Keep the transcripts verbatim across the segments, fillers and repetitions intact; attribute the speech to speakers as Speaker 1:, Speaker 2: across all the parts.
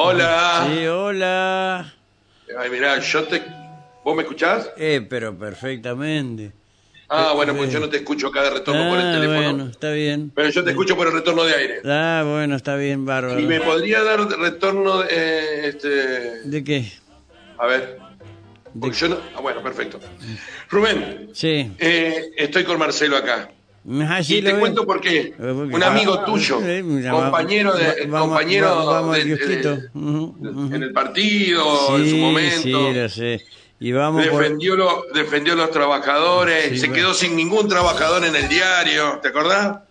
Speaker 1: Hola.
Speaker 2: Sí, hola.
Speaker 1: Ay, mirá, yo te... ¿Vos me escuchás?
Speaker 2: Eh, pero perfectamente.
Speaker 1: Ah,
Speaker 2: Pe-
Speaker 1: bueno, pues
Speaker 2: pe-
Speaker 1: yo no te escucho acá de retorno por el
Speaker 2: Ah,
Speaker 1: teléfono,
Speaker 2: bueno, está bien.
Speaker 1: pero yo te
Speaker 2: Eh,
Speaker 1: escucho por el retorno de aire.
Speaker 2: Ah, bueno, está bien,
Speaker 1: ¿Y
Speaker 2: bárbaro.
Speaker 1: me podría dar retorno, eh, este...
Speaker 2: ¿De qué?
Speaker 1: A ver,
Speaker 2: ¿De
Speaker 1: porque
Speaker 2: qué?
Speaker 1: yo no... Ah, bueno, perfecto. Rubén,
Speaker 2: Sí.
Speaker 1: eh, estoy con Marcelo acá.
Speaker 2: Ah, sí,
Speaker 1: Y
Speaker 2: lo
Speaker 1: te
Speaker 2: veo.
Speaker 1: cuento por qué.
Speaker 2: Eh, porque-
Speaker 1: Un amigo tuyo,
Speaker 2: eh, mira, va-
Speaker 1: compañero
Speaker 2: va-
Speaker 1: de,
Speaker 2: vamos, va-
Speaker 1: compañero
Speaker 2: vamos al
Speaker 1: de,
Speaker 2: kiosquito.
Speaker 1: de-
Speaker 2: Ujú,
Speaker 1: en
Speaker 2: ujú.
Speaker 1: el partido, en su
Speaker 2: Sí, sí,
Speaker 1: momento.
Speaker 2: lo sé. Y vamos por...
Speaker 1: Defendió, lo, defendió a los trabajadores,
Speaker 2: Sí,
Speaker 1: se
Speaker 2: va-
Speaker 1: quedó sin ningún trabajador en el diario, ¿te acordás?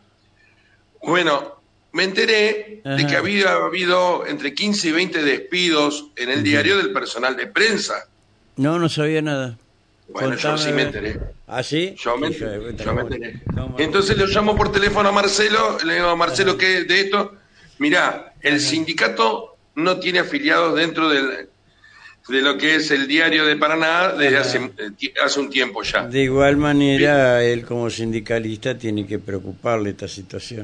Speaker 1: Bueno, me enteré de que
Speaker 2: Ajá.
Speaker 1: había habido entre quince y veinte despidos en el diario del personal de prensa.
Speaker 2: No, no sabía nada.
Speaker 1: Bueno, yo
Speaker 2: Contame.
Speaker 1: sí me enteré.
Speaker 2: ¿Ah, sí?
Speaker 1: Yo me,
Speaker 2: Hijo de puta,
Speaker 1: yo me
Speaker 2: ¿cómo-
Speaker 1: enteré.
Speaker 2: cómo-
Speaker 1: Entonces lo llamo por teléfono a Marcelo, le digo, Marcelo, ¿qué de esto? Mirá, el
Speaker 2: Ajá.
Speaker 1: sindicato no tiene afiliados dentro del, de lo que es el diario de Paraná desde
Speaker 2: Ajá.
Speaker 1: hace, eh, ti- hace un tiempo ya.
Speaker 2: De igual manera, él como sindicalista tiene que preocuparle esta situación.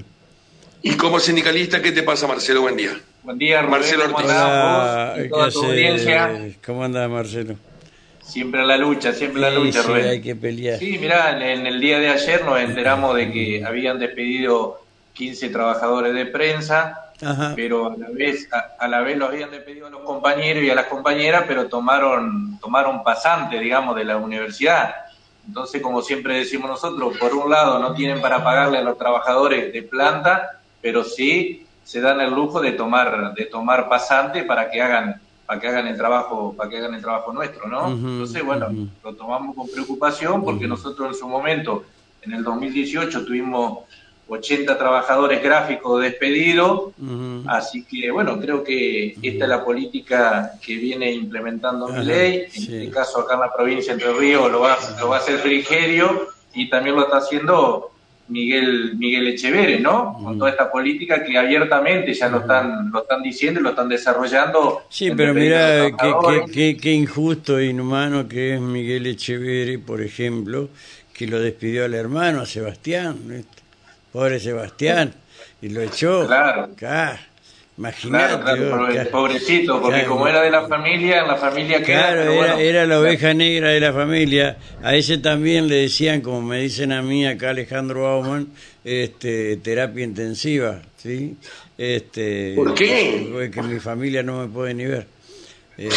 Speaker 1: Y como sindicalista, ¿qué te pasa, Marcelo? Buen día.
Speaker 3: Buen día, Rubén,
Speaker 1: Marcelo
Speaker 3: ¿cómo
Speaker 1: Ortiz.
Speaker 3: andás
Speaker 2: Hola,
Speaker 3: vos y
Speaker 2: ¿qué
Speaker 3: toda tu audiencia?
Speaker 2: haces? ¿Cómo anda, Marcelo?
Speaker 3: Siempre en la lucha, siempre en la
Speaker 2: Sí,
Speaker 3: lucha,
Speaker 2: sí,
Speaker 3: Rubén.
Speaker 2: hay que pelear.
Speaker 3: Sí, mirá, en el día de ayer nos enteramos de que habían despedido quince trabajadores de prensa,
Speaker 2: Ajá.
Speaker 3: pero a la vez a, a la vez los habían despedido a los compañeros y a las compañeras, pero tomaron tomaron pasantes, digamos, de la universidad. Entonces, como siempre decimos nosotros, por un lado no tienen para pagarle a los trabajadores de planta, pero sí se dan el lujo de tomar de tomar pasante para que hagan para que hagan el trabajo para que hagan el trabajo nuestro, ¿no?
Speaker 2: Ujú,
Speaker 3: Entonces, bueno,
Speaker 2: ujú.
Speaker 3: lo tomamos con preocupación porque nosotros en su momento, en el dos mil dieciocho, tuvimos ochenta trabajadores gráficos despedidos,
Speaker 2: Ujú.
Speaker 3: así que, bueno, creo que esta es la política que viene implementando
Speaker 2: Ajá,
Speaker 3: Milei. En
Speaker 2: sí.
Speaker 3: este caso, acá en la provincia de Entre Ríos lo va, lo va a hacer Frigerio y también lo está haciendo Miguel Miguel Echeverri, ¿no? Con toda esta política que abiertamente ya lo están lo están diciendo y lo están desarrollando.
Speaker 2: Sí,
Speaker 3: en
Speaker 2: pero
Speaker 3: defensa de
Speaker 2: mira
Speaker 3: los
Speaker 2: qué,
Speaker 3: trabajadores.
Speaker 2: qué, qué, qué injusto e inhumano que es Miguel Echeverri, por ejemplo, que lo despidió al hermano, a Sebastián, ¿viste? Pobre Sebastián, y lo echó.
Speaker 3: Claro.
Speaker 2: Acá, imagínate.
Speaker 3: Claro, claro,
Speaker 2: vos,
Speaker 3: pobre-
Speaker 2: claro.
Speaker 3: pobrecito, porque
Speaker 2: Claro.
Speaker 3: como era de la familia, en la familia queda,
Speaker 2: Claro,
Speaker 3: pero
Speaker 2: era,
Speaker 3: bueno,
Speaker 2: era la oveja negra de la familia. A ese también le decían, como me dicen a mí acá Alejandro Bauman, este, terapia intensiva, ¿sí? Este,
Speaker 1: ¿Por qué?
Speaker 2: Porque mi familia no me puede ni ver. Eh,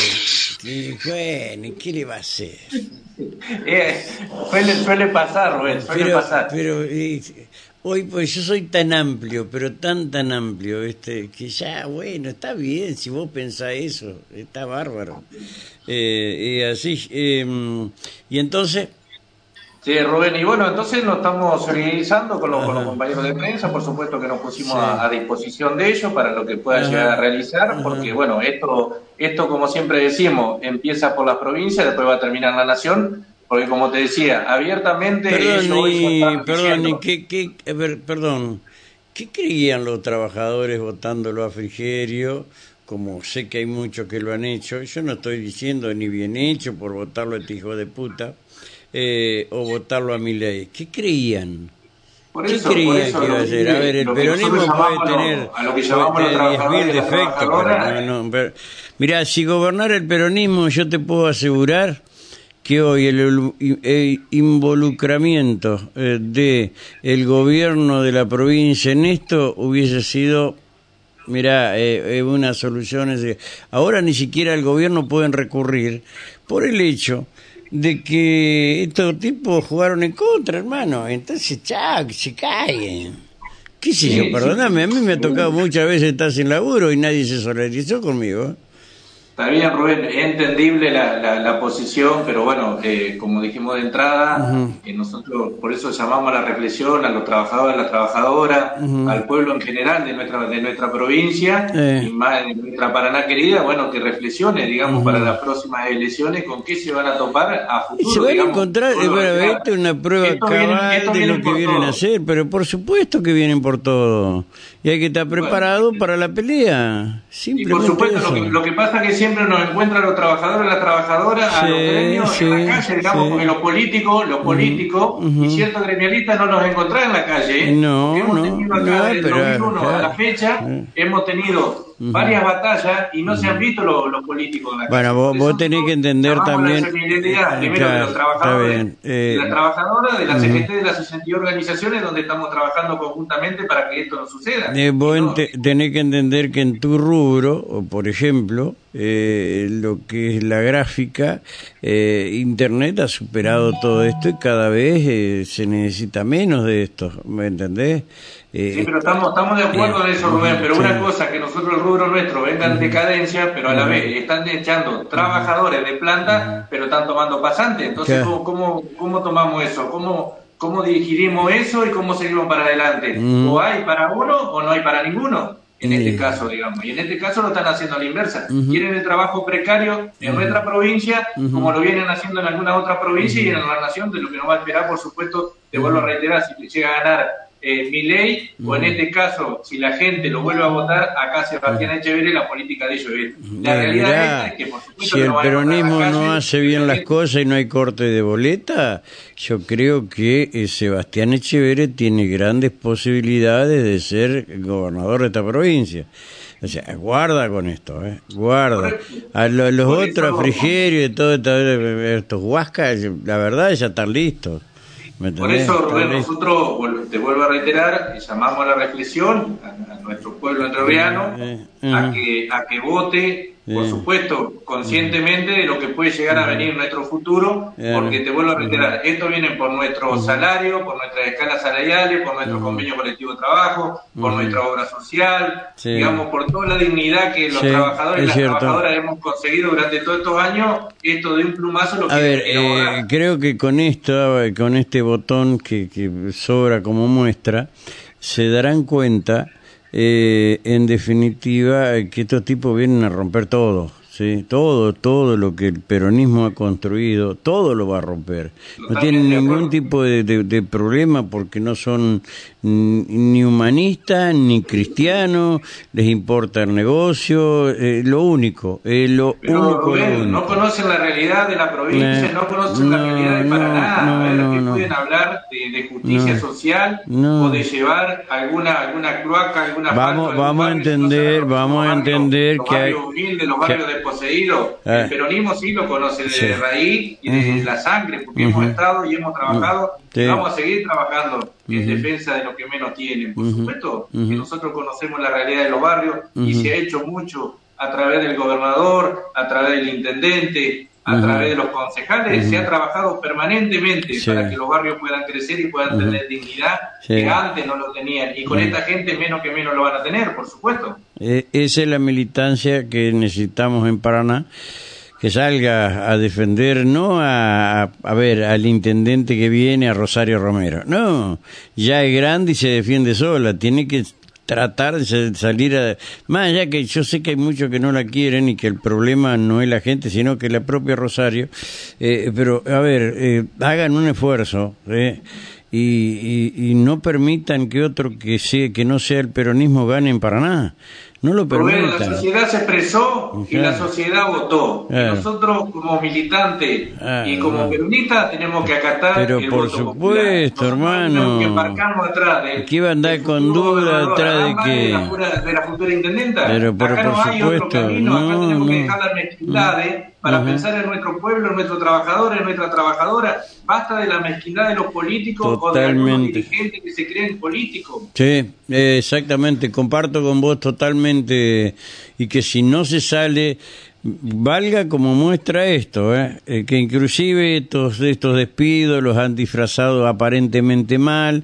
Speaker 2: y bueno, ¿qué le va a hacer?
Speaker 3: eh, suele, suele pasar, Rubén, suele
Speaker 2: Pero,
Speaker 3: pasar.
Speaker 2: pero eh, hoy pues yo soy tan amplio, pero tan tan amplio, este, que ya bueno, está bien si vos pensás eso, está bárbaro. Eh, y así, eh, y entonces,
Speaker 3: Sí, Rubén, y bueno, entonces nos estamos solidarizando con los, con los
Speaker 2: Ajá.
Speaker 3: compañeros de prensa, por supuesto que nos pusimos
Speaker 2: Sí.
Speaker 3: a, a disposición de ellos para lo que puedan
Speaker 2: Ajá.
Speaker 3: llegar a realizar,
Speaker 2: Ajá.
Speaker 3: porque bueno, esto, esto como siempre decimos, empieza por las provincias, después va a terminar en la nación, porque como te decía, abiertamente ellos
Speaker 2: perdón,
Speaker 3: hoy ya
Speaker 2: y,
Speaker 3: están
Speaker 2: perdón,
Speaker 3: diciendo-
Speaker 2: y qué, qué, a ver, perdón, ¿qué creían los trabajadores votándolo a Frigerio? Como sé que hay muchos que lo han hecho, yo no estoy diciendo ni bien hecho por votarlo a este hijo de puta, eh, o votarlo a Milei. ¿Qué creían?
Speaker 3: Por
Speaker 2: ¿Qué
Speaker 3: eso, por
Speaker 2: creían
Speaker 3: eso,
Speaker 2: que iba a
Speaker 3: lo-
Speaker 2: hacer? A ver, el
Speaker 3: lo que
Speaker 2: peronismo
Speaker 3: nosotros
Speaker 2: puede
Speaker 3: llamamos lo-
Speaker 2: tener,
Speaker 3: a lo que llamamos
Speaker 2: puede
Speaker 3: los
Speaker 2: tener diez
Speaker 3: trabajadores
Speaker 2: mil
Speaker 3: y las
Speaker 2: defectos, pero
Speaker 3: trabajadoras.
Speaker 2: no, no, pero- mirá, si gobernara el peronismo, yo te puedo asegurar que hoy el, el- el involucramiento eh, de el gobierno de la provincia en esto hubiese sido, mirá, eh, eh, una solución. Es de- ahora ni siquiera el gobierno pueden recurrir por el hecho de que estos tipos jugaron en contra, hermano. Entonces, chao, que se caen. ¿Qué sé yo?
Speaker 3: Sí,
Speaker 2: Perdóname, a mí me ha tocado muchas veces estar sin laburo y nadie se solidarizó conmigo.
Speaker 3: Está bien, Rubén, es entendible la, la, la posición, pero bueno, eh, como dijimos de entrada,
Speaker 2: Ujú.
Speaker 3: eh, nosotros por eso llamamos a la reflexión a los trabajadores, a las trabajadoras,
Speaker 2: Ujú.
Speaker 3: al pueblo en general de nuestra de nuestra provincia
Speaker 2: Eh.
Speaker 3: y más de nuestra Paraná querida, bueno, que reflexione, digamos,
Speaker 2: Ujú.
Speaker 3: para las próximas elecciones, con qué se van a topar a
Speaker 2: Y
Speaker 3: futuro.
Speaker 2: se van a
Speaker 3: digamos.
Speaker 2: encontrar,
Speaker 3: Pueblo
Speaker 2: bueno,
Speaker 3: general.
Speaker 2: esta es una prueba
Speaker 3: Esto viene-
Speaker 2: cabal
Speaker 3: esto
Speaker 2: de
Speaker 3: viene
Speaker 2: lo que
Speaker 3: por
Speaker 2: vienen
Speaker 3: todo.
Speaker 2: a hacer, pero por supuesto que vienen por todo. Y hay que estar preparado para la pelea.
Speaker 3: Y
Speaker 2: Simplemente
Speaker 3: por supuesto,
Speaker 2: eso.
Speaker 3: lo que, lo que pasa es que siempre nos encuentran los trabajadores y las trabajadoras a
Speaker 2: Sí,
Speaker 3: los gremios
Speaker 2: sí,
Speaker 3: en la calle, digamos,
Speaker 2: sí.
Speaker 3: porque los políticos, los políticos
Speaker 2: ujú.
Speaker 3: y ciertos gremialistas no los encontrán en la calle. ¿eh?
Speaker 2: No,
Speaker 3: Porque hemos
Speaker 2: no,
Speaker 3: tenido acá
Speaker 2: no,
Speaker 3: desde el
Speaker 2: pero,
Speaker 3: dos mil uno a la
Speaker 2: claro,
Speaker 3: fecha,
Speaker 2: eh.
Speaker 3: hemos tenido uh-huh. varias batallas y no uh-huh. se han visto los, los políticos en la
Speaker 2: Bueno, vos, vos tenés que entender también... La
Speaker 3: primero claro, de los trabajadores, eh, de las trabajadoras, de las uh-huh. C G T, de las sesenta y uno organizaciones donde estamos trabajando conjuntamente para que esto no suceda.
Speaker 2: Eh, vos
Speaker 3: no,
Speaker 2: ente, tenés que entender que en tu rubro, o por ejemplo, eh, lo que es la gráfica, eh, Internet ha superado todo esto y cada vez eh, se necesita menos de esto, ¿me entendés?
Speaker 3: Eh, sí, pero estamos, estamos de acuerdo eh, en eso, Rubén, pero sí. una cosa, que nosotros el rubro nuestro venga en decadencia, pero a la vez están echando trabajadores de planta, pero están tomando pasantes. Entonces, ¿cómo, cómo, cómo tomamos eso? ¿Cómo, ¿Cómo dirigiremos eso y cómo seguimos para adelante? ¿O hay para uno o no hay para ninguno? En este caso, digamos. Y en este caso lo están haciendo a la inversa. Quieren el trabajo precario en nuestra provincia, como lo vienen haciendo en alguna otra provincia y en la nación, de lo que nos va a esperar, por supuesto, te vuelvo a reiterar, si llega a ganar Eh, Milei, o en este caso, si la gente lo vuelve a votar, acá Sebastián Echeverría, la política de ellos es. La
Speaker 2: eh,
Speaker 3: realidad
Speaker 2: mirá,
Speaker 3: es que, por supuesto,
Speaker 2: si
Speaker 3: que
Speaker 2: el
Speaker 3: no
Speaker 2: peronismo
Speaker 3: calle,
Speaker 2: no hace bien las cosas y no hay corte de boleta, yo creo que eh, Sebastián Echeverría tiene grandes posibilidades de ser gobernador de esta provincia. O sea, guarda con esto, ¿eh? Guarda. A lo, los
Speaker 3: por
Speaker 2: otros,
Speaker 3: eso,
Speaker 2: a Frigerio y todos estos huascas, la verdad, ya están listos.
Speaker 3: Por eso, Rubén, nosotros, te vuelvo a reiterar, llamamos a la reflexión a, a nuestro pueblo entrerriano eh, eh, a que a que vote, por eh, supuesto, conscientemente de lo que puede llegar a venir en nuestro futuro, eh, porque te vuelvo a reiterar, esto viene por nuestro salario, por nuestras escalas salariales, por nuestro convenio colectivo de trabajo, por nuestra obra social, sí. digamos, por toda la dignidad que los sí, trabajadores y las cierto. trabajadoras hemos conseguido durante todos estos años, esto de un plumazo lo que...
Speaker 2: A ver, eh, creo que con esto, con este botón que, que sobra como muestra, se darán cuenta, eh, en definitiva, que estos tipos vienen a romper todo. Sí, todo, todo lo que el peronismo ha construido, todo lo va a romper. No tienen ningún tipo de, de, de problema porque no son ni humanistas ni cristianos, les importa el negocio, eh, lo único, eh, lo
Speaker 3: Pero,
Speaker 2: único,
Speaker 3: Rubén,
Speaker 2: lo único.
Speaker 3: No conocen la realidad de la provincia, eh, no conocen no, la realidad de Paraná, no, no, a ver, no, que no. pueden hablar de, de justicia no, social
Speaker 2: no.
Speaker 3: o de llevar alguna alguna cloaca, alguna
Speaker 2: vamos,
Speaker 3: falta,
Speaker 2: vamos a entender, vamos a entender
Speaker 3: los
Speaker 2: que hay
Speaker 3: humildes, los barrios que, poseído. Eh. El peronismo sí lo conoce de sí. raíz y de uh-huh. la sangre, porque uh-huh. hemos estado y hemos trabajado sí. y vamos a seguir trabajando uh-huh. en defensa de lo que menos tienen. Por uh-huh. supuesto uh-huh. que nosotros conocemos la realidad de los barrios uh-huh. y se ha hecho mucho a través del gobernador, a través del intendente, a uh-huh. través de los concejales, uh-huh. se ha trabajado permanentemente sí. para que los barrios puedan crecer y puedan uh-huh. tener dignidad sí. que antes no lo tenían. Y con uh-huh. esta gente menos que menos lo van a tener, por supuesto.
Speaker 2: Eh, esa es la militancia que necesitamos en Paraná, que salga a defender, no a, a ver, al intendente que viene, a Rosario Romero. No, ya es grande y se defiende sola, tiene que tratar de salir a... Más allá que yo sé que hay muchos que no la quieren y que el problema no es la gente, sino que la propia Rosario. Eh, pero, a ver, eh, hagan un esfuerzo, ¿eh? y, y, y no permitan que otro que sea que no sea el peronismo gane en Paraná. No lo permitan.
Speaker 3: Rubén, la sociedad se expresó y claro. la sociedad votó. Claro. Y nosotros, como militantes ah, y como no. peronistas, tenemos que acatar
Speaker 2: Pero
Speaker 3: el
Speaker 2: por
Speaker 3: voto
Speaker 2: supuesto,
Speaker 3: popular.
Speaker 2: hermano.
Speaker 3: Tenemos que embarcarnos atrás de...
Speaker 2: ¿Qué iba a andar con duda atrás de que...
Speaker 3: De la, futura, de la futura intendenta.
Speaker 2: Pero, pero
Speaker 3: acá
Speaker 2: por
Speaker 3: no hay
Speaker 2: supuesto,
Speaker 3: otro camino.
Speaker 2: no,
Speaker 3: acá tenemos
Speaker 2: no.
Speaker 3: que dejar las mezquindades uh-huh. para uh-huh. pensar en nuestro pueblo, en nuestros trabajadores, en nuestra trabajadora. Basta de la mezquindad de los políticos
Speaker 2: Totalmente.
Speaker 3: o de algunos dirigentes que se creen políticos.
Speaker 2: Sí, eh, exactamente. Comparto con vos totalmente. Y que si no se sale, valga como muestra esto, ¿eh? Eh, que inclusive estos, estos despidos los han disfrazado aparentemente mal,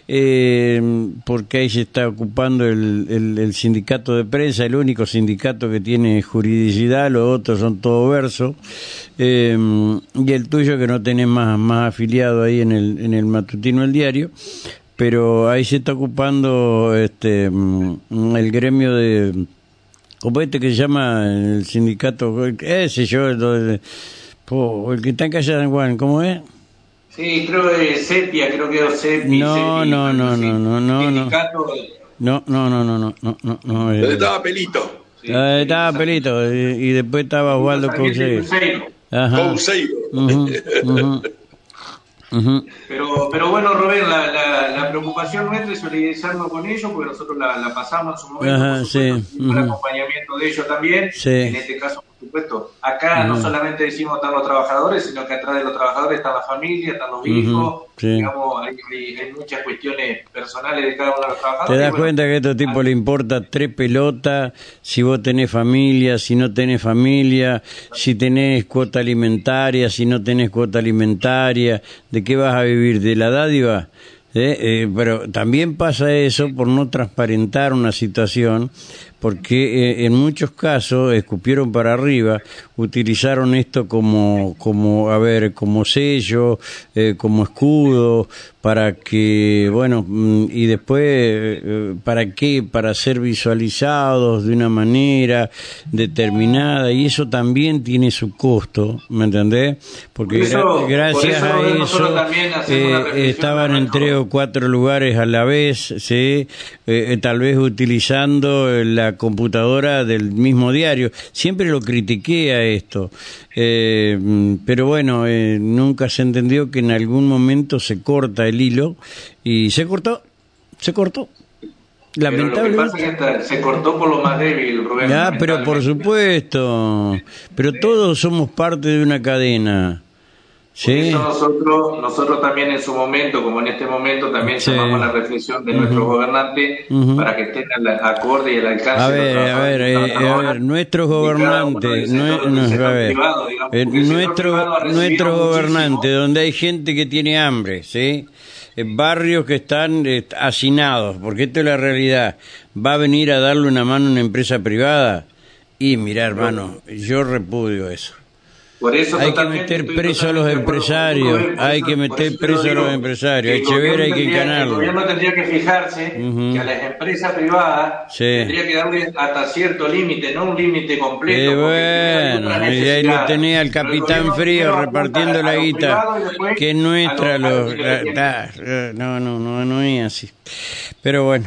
Speaker 2: eh, porque ahí se está ocupando el, el, el sindicato de prensa, el único sindicato que tiene juridicidad, los otros son todo verso, eh, y el tuyo que no tenés más, más afiliado ahí en el, en el matutino El Diario. Pero ahí se está ocupando este el gremio de... ¿Cómo este que se llama el sindicato? Ese yo, el, el que está en Calle San Juan, ¿cómo es?
Speaker 3: Sí, creo que es Sepia, creo que es Sepia.
Speaker 2: No, no, no, no, no, no,
Speaker 3: sindicato...
Speaker 2: no, no, no, no, no, no, no, no.
Speaker 1: ¿Dónde eh, estaba Pelito?
Speaker 2: Sí, eh, estaba Pelito, y, y después estaba Osvaldo Couseiro.
Speaker 1: Ajá. Couseiro.
Speaker 2: Uh-huh, uh-huh. Uh-huh.
Speaker 3: Pero, pero bueno, Rubén, la, la, la preocupación nuestra es solidarizarnos con ellos, porque nosotros la, la pasamos en su momento,
Speaker 2: Ajá,
Speaker 3: por supuesto,
Speaker 2: sí.
Speaker 3: tuvimos el
Speaker 2: Uh-huh.
Speaker 3: acompañamiento de ellos también,
Speaker 2: Sí.
Speaker 3: en este caso, por supuesto. Acá
Speaker 2: Uh-huh.
Speaker 3: no solamente decimos están los trabajadores, sino que atrás de los trabajadores están la familia, están los
Speaker 2: Uh-huh.
Speaker 3: hijos,
Speaker 2: Sí.
Speaker 3: digamos, hay, hay, hay muchas cuestiones personales de cada uno de los
Speaker 2: Te
Speaker 3: trabajadores.
Speaker 2: das
Speaker 3: y bueno,
Speaker 2: cuenta que a estos tipos le importa tres pelotas si vos tenés familia, si no tenés familia, si tenés cuota alimentaria, si no tenés cuota alimentaria, ¿de qué vas a vivir? ¿De la dádiva? ¿Eh? Eh, pero también pasa eso por no transparentar una situación, porque eh, en muchos casos escupieron para arriba, utilizaron esto como, como a ver, como sello, eh, como escudo, para que, bueno, y después, eh, ¿para qué? Para ser visualizados de una manera determinada, y eso también tiene su costo, ¿me entendés? Porque
Speaker 3: Por eso-
Speaker 2: gra- gracias
Speaker 3: por eso, Rubén,
Speaker 2: a
Speaker 3: nosotros
Speaker 2: eso
Speaker 3: también hacemos
Speaker 2: eh,
Speaker 3: una reflexión
Speaker 2: estaban
Speaker 3: a
Speaker 2: en
Speaker 3: nuestro-
Speaker 2: tres o cuatro lugares a la vez, ¿sí? Eh, tal vez utilizando la computadora del mismo diario. Siempre lo critiqué a esto, eh, pero bueno, eh, nunca se entendió que en algún momento se corta el hilo, y se cortó, se cortó.
Speaker 3: Pero lo que
Speaker 2: Lamentablemente.
Speaker 3: pasa es que esta- se cortó por lo más débil, Rubén.
Speaker 2: Ya, pero por
Speaker 3: lamentablemente.
Speaker 2: supuesto, pero todos somos parte de una cadena,
Speaker 3: Por
Speaker 2: ¿sí?
Speaker 3: eso nosotros, nosotros también en su momento, como en este momento, también
Speaker 2: Sí.
Speaker 3: llamamos la reflexión de
Speaker 2: Ujú.
Speaker 3: nuestros gobernantes
Speaker 2: Ujú.
Speaker 3: para que estén al acorde y al alcance
Speaker 2: A
Speaker 3: de los
Speaker 2: ver, a
Speaker 3: trabajadores
Speaker 2: ver,
Speaker 3: y
Speaker 2: eh, a
Speaker 3: trabajadoras
Speaker 2: ver, nuestros
Speaker 3: de cada uno
Speaker 2: gobernantes,
Speaker 3: del sector-
Speaker 2: nue-
Speaker 3: del
Speaker 2: no,
Speaker 3: sector
Speaker 2: a ver,
Speaker 3: privado, digamos,
Speaker 2: eh,
Speaker 3: porque el sector
Speaker 2: nuestro,
Speaker 3: privado ha recibido
Speaker 2: nuestro
Speaker 3: muchísimo.
Speaker 2: gobernante, donde hay gente que tiene hambre, ¿sí? Eh, barrios que están eh, hacinados, porque esto es la realidad. ¿Va a venir a darle una mano a una empresa privada? Y mira, hermano, yo repudio eso.
Speaker 3: Por eso
Speaker 2: Hay que
Speaker 3: totalmente
Speaker 2: meter
Speaker 3: estoy
Speaker 2: preso a los
Speaker 3: totalmente de acuerdo con
Speaker 2: empresarios,
Speaker 3: Rubén, por
Speaker 2: hay
Speaker 3: eso-
Speaker 2: que
Speaker 3: por
Speaker 2: meter
Speaker 3: eso te lo
Speaker 2: preso a los
Speaker 3: digo,
Speaker 2: empresarios.
Speaker 3: que
Speaker 2: A
Speaker 3: el
Speaker 2: Echeverría
Speaker 3: gobierno
Speaker 2: hay que
Speaker 3: tendría- El
Speaker 2: encanarlo.
Speaker 3: gobierno tendría que fijarse
Speaker 2: Ujú.
Speaker 3: que a las empresas privadas
Speaker 2: Sí.
Speaker 3: tendría que darle hasta cierto límite, no un límite completo.
Speaker 2: Eh,
Speaker 3: porque primero hay
Speaker 2: bueno,
Speaker 3: otras
Speaker 2: y ahí lo
Speaker 3: necesidades.
Speaker 2: tenía el
Speaker 3: Pero
Speaker 2: capitán
Speaker 3: gobierno
Speaker 2: frío
Speaker 3: primero apunta
Speaker 2: repartiendo
Speaker 3: a
Speaker 2: la
Speaker 3: lo
Speaker 2: guita,
Speaker 3: privado y después
Speaker 2: que es nuestra,
Speaker 3: a lo- a
Speaker 2: lo-
Speaker 3: los
Speaker 2: la-
Speaker 3: independientes.
Speaker 2: da- no, no, no, no es así. Pero bueno,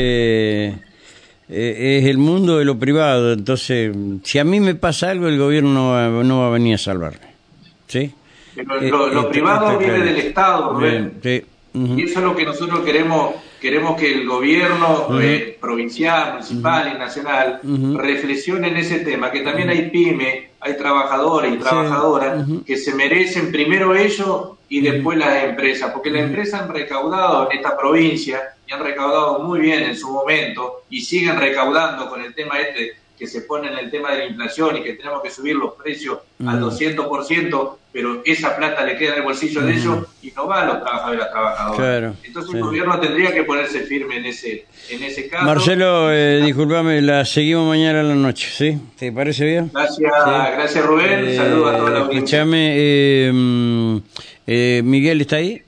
Speaker 2: eh, eh, es el mundo de lo privado, entonces, si a mí me pasa algo, el gobierno no va, no va a venir a salvarme, ¿sí?
Speaker 3: Pero
Speaker 2: Eh,
Speaker 3: lo, lo
Speaker 2: esto-
Speaker 3: privado
Speaker 2: esto
Speaker 3: viene
Speaker 2: claro.
Speaker 3: del Estado, Rubén.
Speaker 2: Bien, sí. Ujú.
Speaker 3: Y eso es lo que nosotros queremos, queremos que el gobierno
Speaker 2: Ujú.
Speaker 3: eh, provincial, municipal y nacional
Speaker 2: Ujú.
Speaker 3: reflexione en ese tema, que también hay pymes, hay trabajadores y trabajadoras
Speaker 2: Ujú.
Speaker 3: que se merecen primero ellos y después las empresas, porque las empresas han recaudado en esta provincia y han recaudado muy bien en su momento y siguen recaudando con el tema este que se pone en el tema de la inflación y que tenemos que subir los precios al
Speaker 2: Ujú.
Speaker 3: doscientos por ciento, pero esa plata le queda en el bolsillo de ellos y no va a los trabajadores y las trabajadoras.
Speaker 2: Claro,
Speaker 3: Entonces
Speaker 2: sí.
Speaker 3: el gobierno tendría que ponerse firme en ese, en ese caso.
Speaker 2: Marcelo, eh, discúlpame, la seguimos mañana a la noche, ¿sí? ¿Te parece bien?
Speaker 3: Gracias,
Speaker 2: Sí.
Speaker 3: gracias Rubén,
Speaker 2: Eh,
Speaker 3: saludos a toda la audiencia.
Speaker 2: Escúchame, eh, mm, eh, Miguel, ¿está ahí?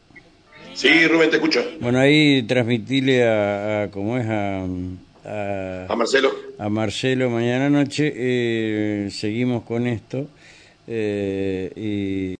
Speaker 1: Sí, Rubén, te escucho.
Speaker 2: Bueno, ahí transmitile a, a ¿cómo es? A, a,
Speaker 1: A Marcelo.
Speaker 2: a Marcelo mañana noche. Eh, seguimos con esto. Eh, y